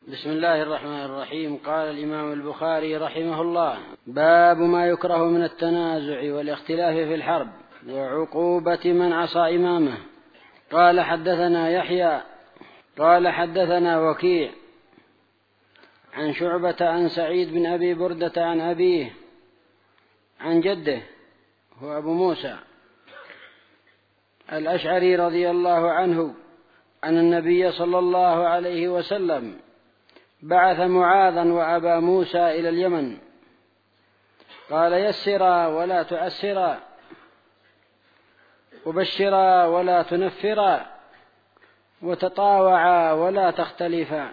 بسم الله الرحمن الرحيم. قال الإمام البخاري رحمه الله: باب ما يكره من التنازع والاختلاف في الحرب وعقوبة من عصى إمامه. قال حدثنا يحيى قال حدثنا وكيع عن شعبة عن سعيد بن أبي بردة عن أبيه عن جده هو أبو موسى الأشعري رضي الله عنه أن النبي صلى الله عليه وسلم بعث معاذا وأبا موسى إلى اليمن، قال: يسرا ولا تعسرا، وبشرا ولا تنفرا، وتطاوعا ولا تختلفا.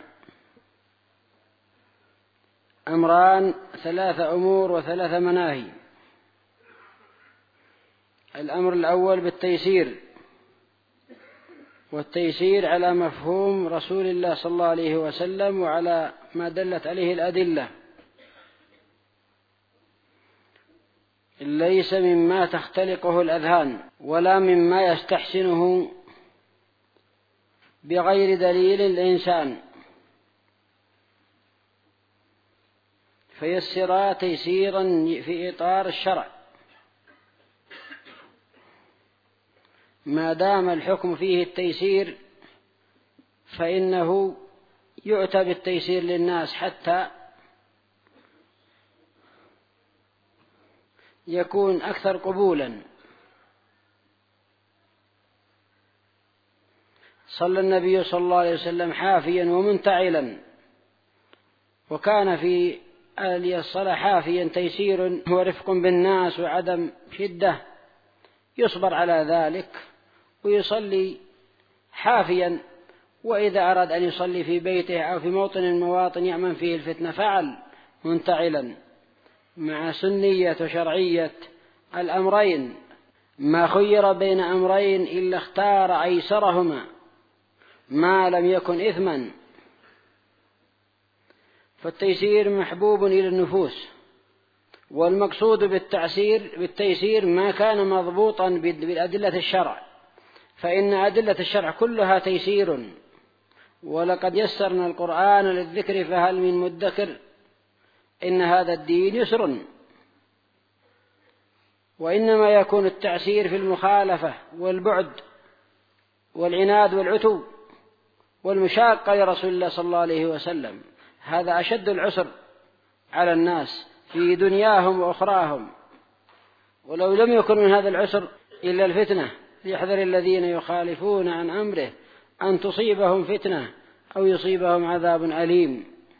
أمران، 3 أمور و3 مناهي. الأمر الأول بالتيسير، والتيسير على مفهوم رسول الله صلى الله عليه وسلم وعلى ما دلت عليه الأدلة، ليس مما تختلقه الأذهان ولا مما يستحسنه بغير دليل الإنسان. فيسرا تيسيرا في إطار الشرع، ما دام الحكم فيه التيسير فإنه يؤتى بالتيسير للناس حتى يكون أكثر قبولا. صلى النبي صلى الله عليه وسلم حافيا ومنتعلا، وكان في الصلاة حافيا تيسير ورفق بالناس وعدم شدة، يصبر على ذلك ويصلي حافيا. وإذا أراد أن يصلي في بيته أو في موطن من المواطن يأمن فيه الفتنة فعل منتعلا، مع سنية وشرعية الأمرين. ما خير بين أمرين إلا اختار أيسرهما ما لم يكن إثما. فالتيسير محبوب إلى النفوس، والمقصود بالتيسير ما كان مضبوطا بالأدلة الشرع، فإن أدلة الشرع كلها تيسير. ولقد يسرنا القرآن للذكر فهل من مدكر، إن هذا الدين يسر. وإنما يكون التعسير في المخالفة والبعد والعناد والعتو والمشاقة لرسول الله صلى الله عليه وسلم. هذا أشد العسر على الناس في دنياهم وأخراهم. ولو لم يكن من هذا العسر إلا الفتنة، يحذر الذين يخالفون عن أمره أن تصيبهم فتنة أو يصيبهم عذاب أليم.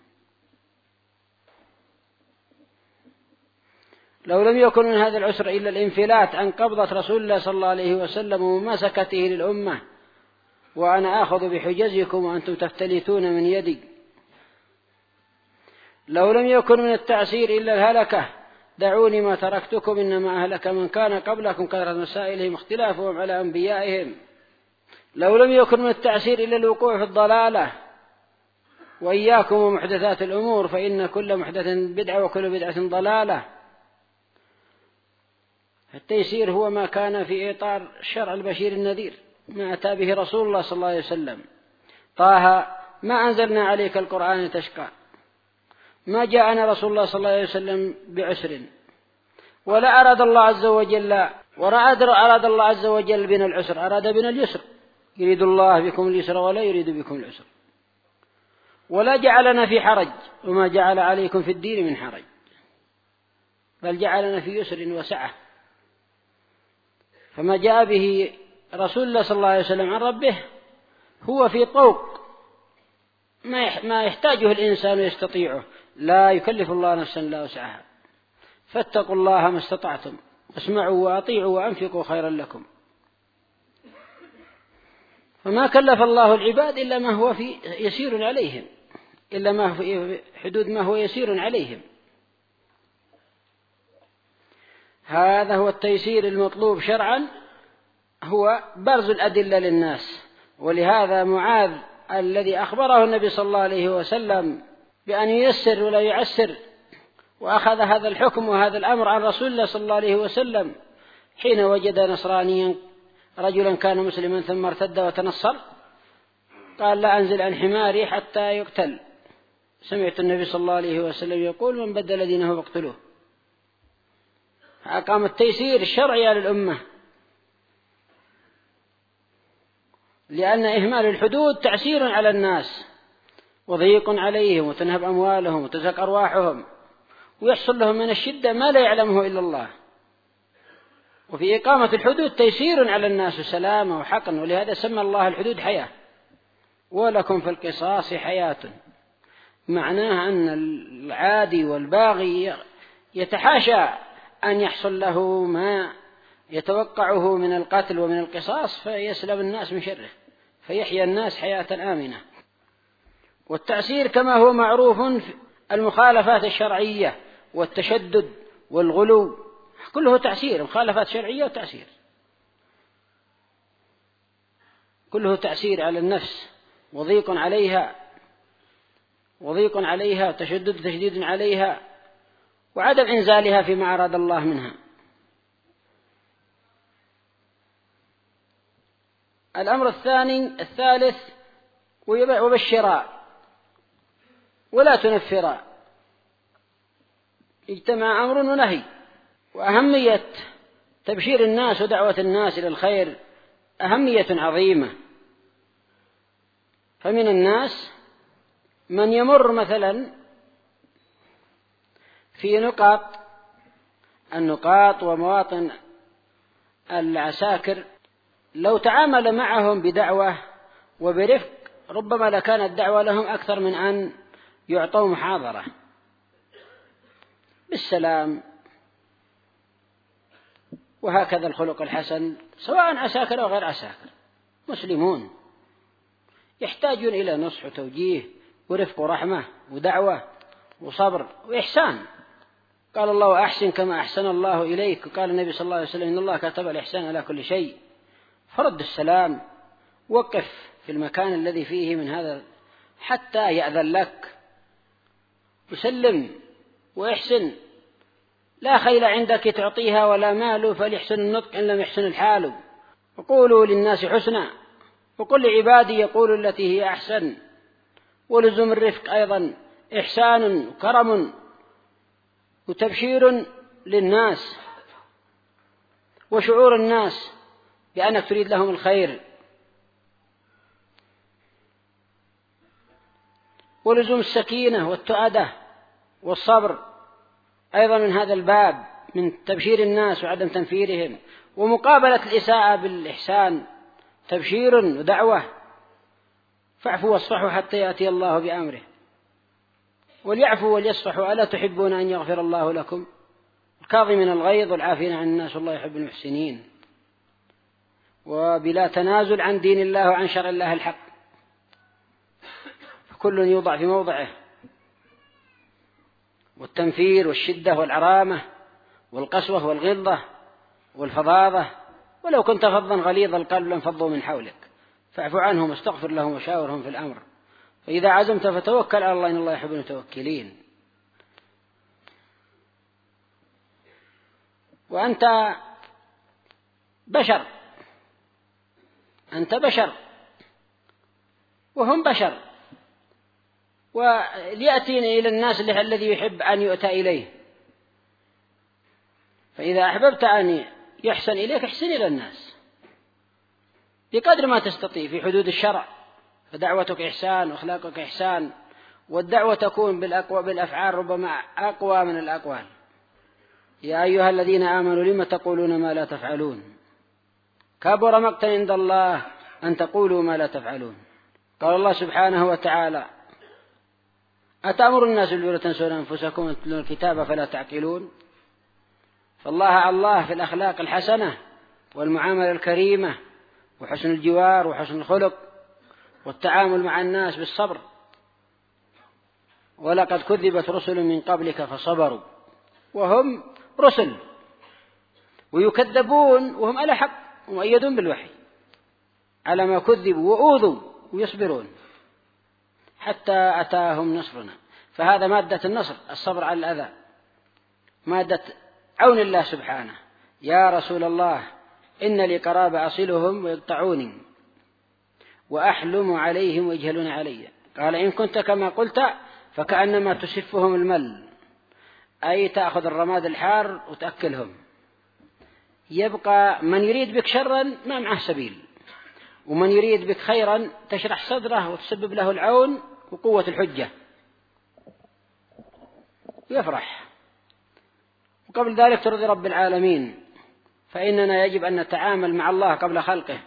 لو لم يكن من هذا العسر إلا الانفلات عن قبضة رسول الله صلى الله عليه وسلم وممسكته للأمة، وأنا آخذ بحجزكم وأنتم تفتلتون من يدي. لو لم يكن من التعسير إلا الهلكة، دعوني ما تركتكم إنما أهلك من كان قبلكم كثرة مسائلهم اختلافهم على أنبيائهم. لو لم يكن من التعسير إلا الوقوع في الضلالة، وإياكم ومحدثات الأمور فإن كل محدث بدعة وكل بدعة ضلالة. التيسير هو ما كان في إطار الشرع البشير النذير، ما أتى به رسول الله صلى الله عليه وسلم. طه: ما أنزلنا عليك القرآن تشقى. ما جاءنا رسول الله صلى الله عليه وسلم بعسر، ولا أراد الله عز وجل بنا العسر، أراد بنا اليسر. يريد الله بكم اليسر ولا يريد بكم العسر. ولا جعلنا في حرج، وما جعل عليكم في الدين من حرج، بل جعلنا في يسر وسعة. فما جاء به رسول الله صلى الله عليه وسلم عن ربه هو في طوق ما يحتاجه الإنسان ويستطيعه. لا يكلف الله نفسا لا وسعها، فاتقوا الله ما استطعتم، اسمعوا وأطيعوا وأنفقوا خيرا لكم. فما كلف الله العباد إلا ما هو يسير عليهم، إلا ما في حدود ما هو يسير عليهم. هذا هو التيسير المطلوب شرعا، هو برز الأدلة للناس. ولهذا معاذ الذي أخبره النبي صلى الله عليه وسلم بأن ييسر ولا يعسر، وأخذ هذا الحكم وهذا الأمر عن رسول الله صلى الله عليه وسلم حين وجد نصرانيا رجلا كان مسلما ثم ارتد وتنصر، قال: لا أنزل عن حماري حتى يقتل. سمعت النبي صلى الله عليه وسلم يقول: من بدل دينه فاقتلوه. أقام التيسير الشرعي على الأمة، لأن إهمال الحدود تعسير على الناس وضيق عليهم، وتنهب أموالهم وتزهق أرواحهم، ويحصل لهم من الشدة ما لا يعلمه إلا الله. وفي إقامة الحدود تيسير على الناس وسلامة وحقا، ولهذا سمى الله الحدود حياة. ولكم في القصاص حياة، معناه أن العادي والباغي يتحاشى أن يحصل له ما يتوقعه من القتل ومن القصاص، فيسلم الناس من شره، فيحيى الناس حياة آمنة. والتعسير كما هو معروف في المخالفات الشرعية والتشدد والغلو كله تعسير، مخالفات شرعية وتعسير، كله تعسير على النفس، وضيق عليها تشديد عليها، وعدم إنزالها فيما أراد الله منها. الأمر الثالث: وبشرا ولا تنفرا. اجتمع أمر ونهي، وأهمية تبشير الناس ودعوة الناس إلى الخير أهمية عظيمة. فمن الناس من يمر مثلا في النقاط ومواطن العساكر، لو تعامل معهم بدعوة وبرفق ربما لكانت الدعوة لهم أكثر من أن يعطوا محاضرة بالسلام. وهكذا الخلق الحسن سواء عساكر أو غير عساكر، مسلمون يحتاجون إلى نصح وتوجيه ورفق ورحمة ودعوة وصبر وإحسان. قال الله: أحسن كما أحسن الله إليك. وقال النبي صلى الله عليه وسلم: إن الله كتب الإحسان على كل شيء. فرد السلام، وقف في المكان الذي فيه من هذا حتى يأذن لك، وسلم وإحسن. لا خيل عندك تعطيها ولا مال، فليحسن النطق إن لم يحسن الحال. وقولوا للناس حسنا، وقل لعبادي يقولوا التي هي أحسن. ولزم الرفق أيضا إحسان وكرم وتبشير للناس، وشعور الناس بأنك تريد لهم الخير. ولزم السكينة والتؤدة والصبر أيضا من هذا الباب، من تبشير الناس وعدم تنفيرهم. ومقابلة الإساءة بالإحسان تبشير ودعوة. فاعفوا واصفحوا حتى يأتي الله بأمره، وليعفوا وليصفحوا ألا تحبون أن يغفر الله لكم. الكاظمين الغيظ والعافين عن الناس والله يحب المحسنين. وبلا تنازل عن دين الله وعن شرع الله الحق، فكل يوضع في موضعه. والتنفير والشدة والعرامة والقسوة والغلظة والفظاظة، ولو كنت فظا غليظ القلب لانفضوا من حولك، فاعف عنهم واستغفر لهم وشاورهم في الأمر، فإذا عزمت فتوكل على الله إن الله يحب المتوكلين. وأنت بشر، أنت بشر وهم بشر، وليأتيني إلى الناس الذي يحب أن يؤتى إليه. فإذا أحببت أن يحسن إليك احسن إلى الناس بقدر ما تستطيع في حدود الشرع، فدعوتك إحسان وأخلاقك إحسان. والدعوة تكون بالأفعال ربما أقوى من الأقوال. يا أيها الذين آمنوا لم تقولون ما لا تفعلون كبر مقتا عند الله أن تقولوا ما لا تفعلون. قال الله سبحانه وتعالى: أتأمر الناس بالبر وتنسون أنفسكم وتتلون الكتاب فلا تعقلون. فالله في الأخلاق الحسنة والمعاملة الكريمة وحسن الجوار وحسن الخلق والتعامل مع الناس بالصبر. ولقد كذبت رسل من قبلك فصبروا، وهم رسل ويكذبون وهم على حق ومؤيدون بالوحي على ما كذبوا وأوذوا ويصبرون حتى أتاهم نصرنا. فهذا مادة النصر، الصبر على الأذى، مادة عون الله سبحانه. يا رسول الله إن لي قرابة أصلهم ويقطعوني وأحلم عليهم ويجهلون علي. قال: إن كنت كما قلت فكأنما تسفهم المل، أي تأخذ الرماد الحار وتأكلهم. يبقى من يريد بك شرا ما معه سبيل، ومن يريد بك خيرا تشرح صدره وتسبب له العون وقوة الحجة يفرح. وقبل ذلك ترضي رب العالمين، فإننا يجب أن نتعامل مع الله قبل خلقه.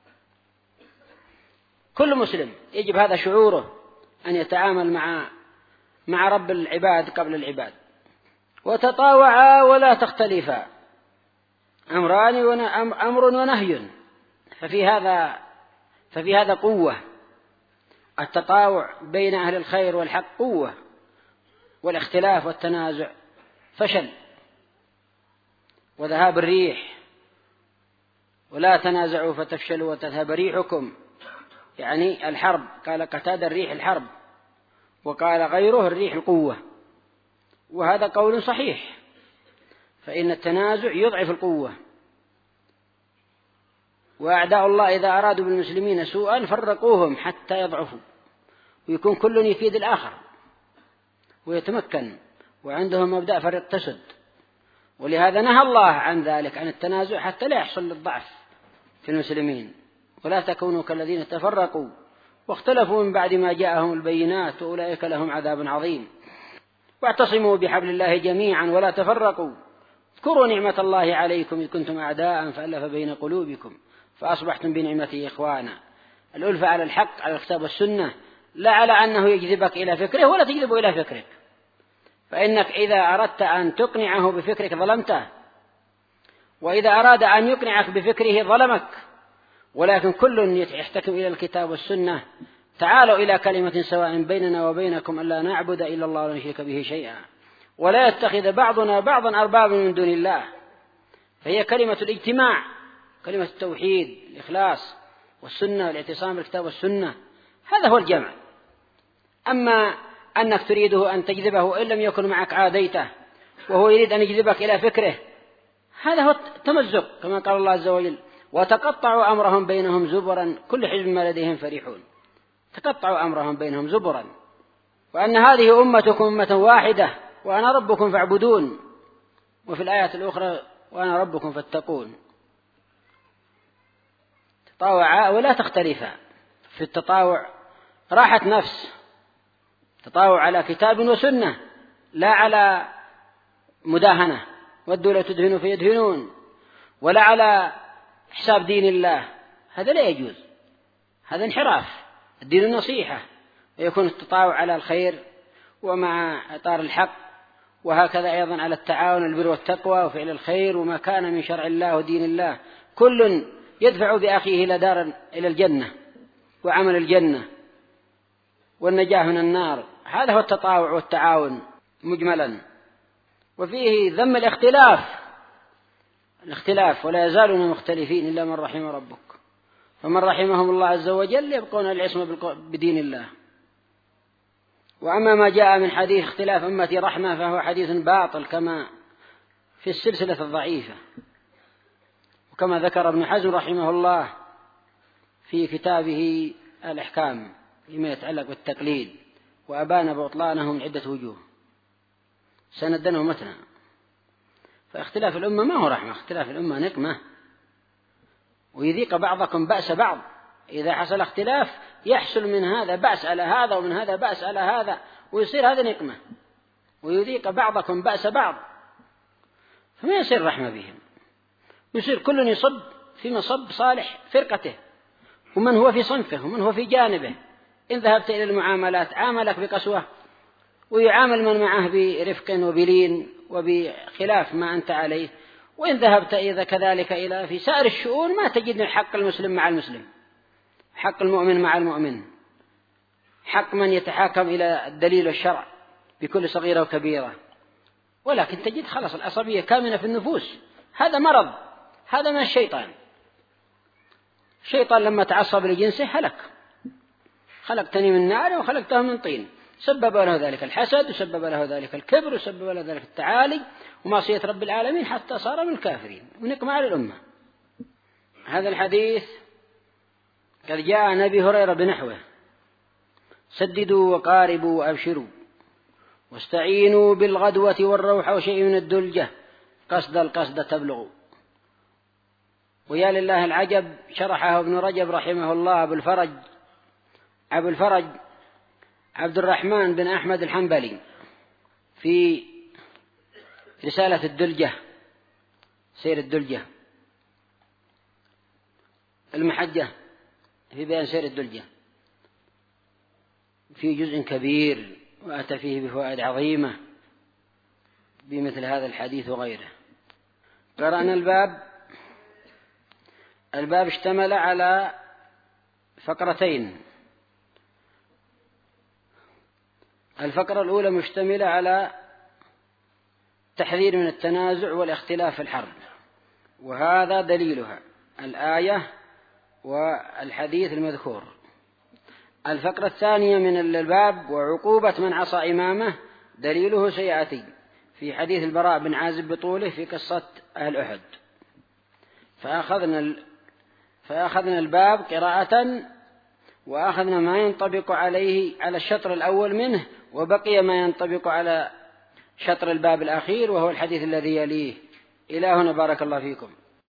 كل مسلم يجب هذا شعوره، أن يتعامل مع رب العباد قبل العباد. وتطاوعا ولا تختلفا، أمر ونهي، ففي هذا قوة. التطاوع بين أهل الخير والحق قوة، والاختلاف والتنازع فشل وذهاب الريح. ولا تنازعوا فتفشلوا وتذهب ريحكم، يعني الحرب. قال قتادة الريح الحرب، وقال غيره الريح القوة، وهذا قول صحيح، فإن التنازع يضعف القوة. وأعداء الله إذا أرادوا بالمسلمين سوءا فرقوهم حتى يضعفوا، ويكون كل يفيد الآخر ويتمكن، وعندهم مبدأ فرق تسد. ولهذا نهى الله عن ذلك، عن التنازع، حتى لا يحصل للضعف في المسلمين. ولا تكونوا كالذين تفرقوا واختلفوا من بعد ما جاءهم البينات وأولئك لهم عذاب عظيم. واعتصموا بحبل الله جميعا ولا تفرقوا. اذكروا نعمة الله عليكم إذ كنتم أعداء فألف بين قلوبكم فأصبحتم بنعمته إخوانا. الألفة على الحق، على الكتاب والسنة، لا على أنه يجذبك إلى فكره ولا تجذبه إلى فكرك. فإنك إذا أردت أن تقنعه بفكرك ظلمته، وإذا أراد أن يقنعك بفكره ظلمك. ولكن كل يحتكم إلى الكتاب والسنة. تعالوا إلى كلمة سواء بيننا وبينكم ألا نعبد إلا الله ولا نشرك به شيئا ولا يتخذ بعضنا بعضا أربابا من دون الله. فهي كلمة الاجتماع، كلمة التوحيد، الإخلاص والسنة والاعتصام بالكتاب والسنة، هذا هو الجمع. أما أنك تريده أن تجذبه إن لم يكن معك عاديته، وهو يريد أن يجذبك إلى فكره، هذا هو التمزق، كما قال الله عز وجل وتقطعوا أمرهم بينهم زبرا كل حزب ما لديهم فرحون. تقطعوا أمرهم بينهم زبرا، وأن هذه أمتكم أمة واحدة وأنا ربكم فاعبدون. وفي الآيات الأخرى وأنا ربكم فاتقون. تطاوعا ولا تختلفا. في التطاوع راحة نفس، تطاوع على كتاب وسنة، لا على مداهنة، ودوا لا تدهنوا فيدهنون، ولا على حساب دين الله، هذا لا يجوز، هذا انحراف. الدين النصيحة، ويكون التطاوع على الخير ومع إطار الحق، وهكذا أيضا على التعاون البر والتقوى وفعل الخير وما كان من شرع الله ودين الله. كل يدفع بأخيه إلى الجنة وعمل الجنة والنجاة من النار. هذا هو التطاوع والتعاون مجملا. وفيه ذم الاختلاف، ولا يزالون مختلفين إلا من رحم ربك، فمن رحمهم الله عز وجل يبقون العصمة بدين الله. وأما ما جاء من حديث اختلاف أمتي رحمة فهو حديث باطل كما في السلسلة الضعيفة، وكما ذكر ابن حزم رحمه الله في كتابه الإحكام فيما يتعلق بالتقليد، وأبان بطلانه من عدة وجوه سندنه متنا. فاختلاف الأمة ما هو رحمة، اختلاف الأمة نقمة، ويذيق بعضكم بأس بعض. إذا حصل اختلاف يحصل من هذا بأس على هذا ومن هذا بأس على هذا، ويصير هذا نقمة، ويذيق بعضكم بأس بعض، فما يصير رحمة بهم. يصير كل يصب في مصب صالح فرقته، ومن هو في صنفه ومن هو في جانبه. إن ذهبت إلى المعاملات عاملك بقسوة، ويعامل من معه برفق وبلين وبخلاف ما أنت عليه. وإن ذهبت إذا كذلك إلى في سائر الشؤون ما تجد حق المسلم مع المسلم، حق المؤمن مع المؤمن، حق من يتحاكم إلى الدليل والشرع بكل صغيرة وكبيرة. ولكن تجد خلاص العصبية كامنة في النفوس. هذا مرض، هذا من الشيطان. الشيطان لما تعصب لجنسه هلك. خلقتني من نار وخلقته من طين، سبب له ذلك الحسد، وسبب له ذلك الكبر، وسبب له ذلك التعالي ومعصية رب العالمين، حتى صار من الكافرين ونقمة على الأمة. هذا الحديث قد جاء عن أبي هريرة بنحوه: سددوا وقاربوا وأبشروا واستعينوا بالغدوة والروح وشيء من الدلجة قصد القصد تبلغ. ويا لله العجب، شرحه ابن رجب رحمه الله أبو الفرج عبد الرحمن بن أحمد الحنبلي في رسالة الدلجة، سير الدلجة المحجة في بيان سير الدلجة، في جزء كبير وأتى فيه بفوائد عظيمة بمثل هذا الحديث وغيره. قرأنا الباب اشتمل على فقرتين. الفقرة الأولى مشتملة على تحذير من التنازع والاختلاف في الحرب، وهذا دليلها الآية والحديث المذكور. الفقرة الثانية من الباب وعقوبة من عصى إمامه، دليله سيأتي في حديث البراء بن عازب بطوله في قصة أهل أحد. فأخذنا الباب قراءة، وأخذنا ما ينطبق عليه على الشطر الأول منه، وبقي ما ينطبق على شطر الباب الأخير وهو الحديث الذي يليه. إلى هنا بارك الله فيكم.